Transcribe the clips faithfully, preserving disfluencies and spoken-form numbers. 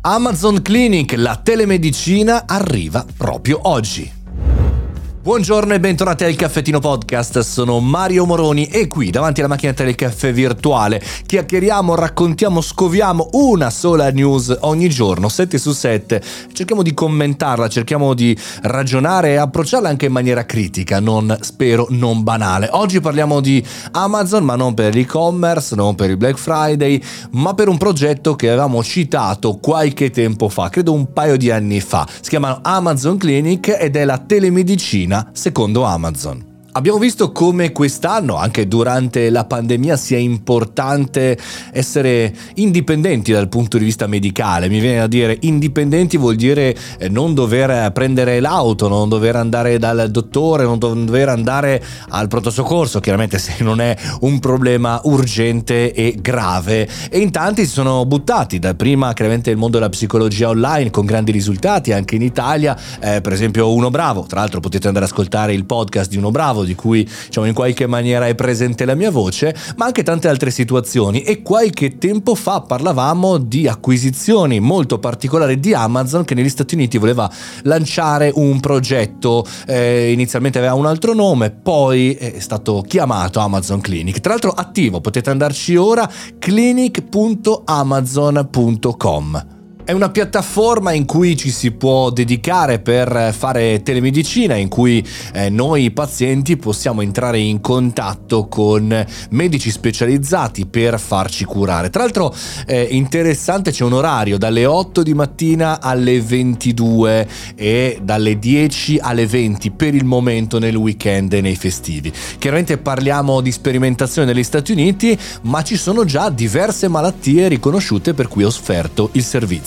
Amazon Clinic, la telemedicina arriva proprio oggi. Buongiorno e bentornati al Caffettino Podcast, sono Mario Moroni e qui davanti alla macchinetta del caffè virtuale chiacchieriamo, raccontiamo, scoviamo una sola news ogni giorno, sette su sette, cerchiamo di commentarla, cerchiamo di ragionare e approcciarla anche in maniera critica, non, spero, non banale. Oggi parliamo di Amazon, ma non per l'e-commerce, non per il Black Friday, ma per un progetto che avevamo citato qualche tempo fa, credo un paio di anni fa. Si chiama Amazon Clinic ed è la telemedicina secondo Amazon. Abbiamo visto come quest'anno, anche durante la pandemia, sia importante essere indipendenti dal punto di vista medicale. Mi viene a dire indipendenti vuol dire non dover prendere l'auto, non dover andare dal dottore, non dover andare al pronto soccorso, chiaramente se non è un problema urgente e grave. E in tanti si sono buttati, da prima chiaramente il mondo della psicologia online con grandi risultati anche in Italia, eh, per esempio Uno Bravo, tra l'altro potete andare ad ascoltare il podcast di Uno Bravo, di cui diciamo in qualche maniera è presente la mia voce, ma anche tante altre situazioni. E qualche tempo fa parlavamo di acquisizioni molto particolari di Amazon, che negli Stati Uniti voleva lanciare un progetto, eh, inizialmente aveva un altro nome, poi è stato chiamato Amazon Clinic, tra l'altro attivo, potete andarci ora, clinic punto amazon punto com. È una piattaforma in cui ci si può dedicare per fare telemedicina, in cui eh, noi pazienti possiamo entrare in contatto con medici specializzati per farci curare. Tra l'altro è eh, interessante, c'è un orario dalle otto di mattina alle ventidue e dalle dieci alle venti per il momento nel weekend e nei festivi. Chiaramente parliamo di sperimentazione negli Stati Uniti, ma ci sono già diverse malattie riconosciute per cui ho offerto il servizio.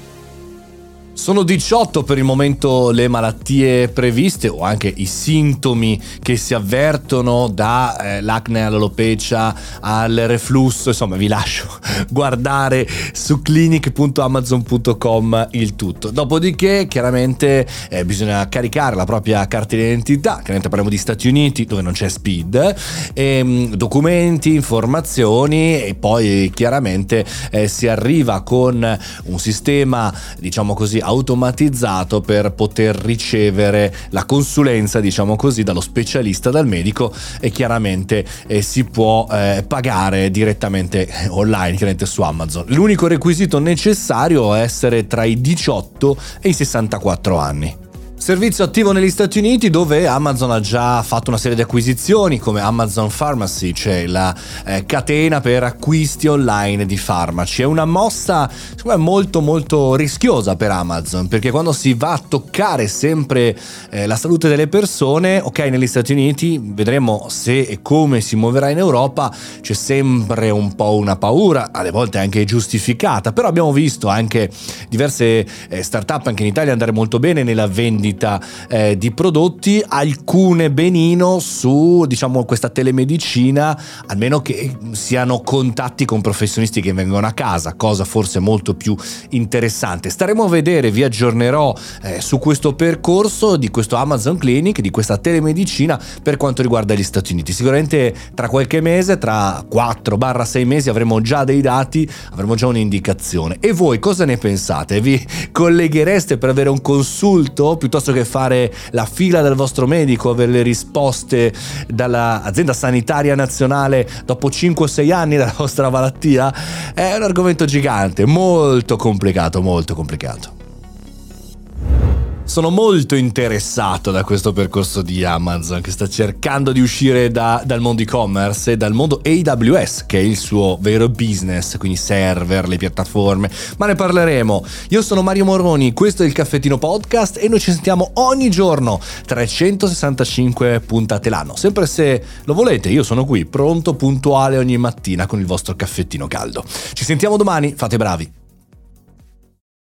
Sono diciotto per il momento le malattie previste o anche i sintomi che si avvertono, da eh, l'acne all'alopecia al reflusso, insomma vi lascio guardare su clinic punto amazon punto com il tutto. Dopodiché chiaramente eh, bisogna caricare la propria carta d'identità, chiaramente parliamo di Stati Uniti dove non c'è speed, e, documenti, informazioni e poi chiaramente eh, si arriva con un sistema diciamo così automatizzato per poter ricevere la consulenza, diciamo così, dallo specialista, dal medico, e chiaramente eh, si può eh, pagare direttamente online, chiaramente su Amazon. L'unico requisito necessario è essere tra i diciotto e i sessantaquattro anni. Servizio attivo negli Stati Uniti, dove Amazon ha già fatto una serie di acquisizioni come Amazon Pharmacy, cioè la eh, catena per acquisti online di farmaci. È una mossa secondo me molto molto rischiosa per Amazon, perché quando si va a toccare sempre eh, la salute delle persone, ok, negli Stati Uniti vedremo se e come si muoverà in Europa, c'è sempre un po' una paura, alle volte anche giustificata, però abbiamo visto anche diverse eh, startup anche in Italia andare molto bene nella vendita Eh, di prodotti, alcune benino su diciamo questa telemedicina, almeno che siano contatti con professionisti che vengono a casa, cosa forse molto più interessante. Staremo a vedere, vi aggiornerò eh, su questo percorso di questo Amazon Clinic, di questa telemedicina per quanto riguarda gli Stati Uniti. Sicuramente tra qualche mese, tra quattro sei mesi avremo già dei dati, avremo già un'indicazione. E voi cosa ne pensate? Vi colleghereste per avere un consulto piuttosto che fare la fila del vostro medico, avere le risposte dall'azienda sanitaria nazionale dopo cinque sei anni dalla vostra malattia? È un argomento gigante, molto complicato, molto complicato. Sono molto interessato da questo percorso di Amazon, che sta cercando di uscire da, dal mondo e-commerce e dal mondo A W S, che è il suo vero business, quindi server, le piattaforme, ma ne parleremo. Io sono Mario Moroni, questo è il Caffettino Podcast e noi ci sentiamo ogni giorno, trecentosessantacinque puntate l'anno. Sempre se lo volete, io sono qui, pronto, puntuale ogni mattina con il vostro caffettino caldo. Ci sentiamo domani, fate bravi.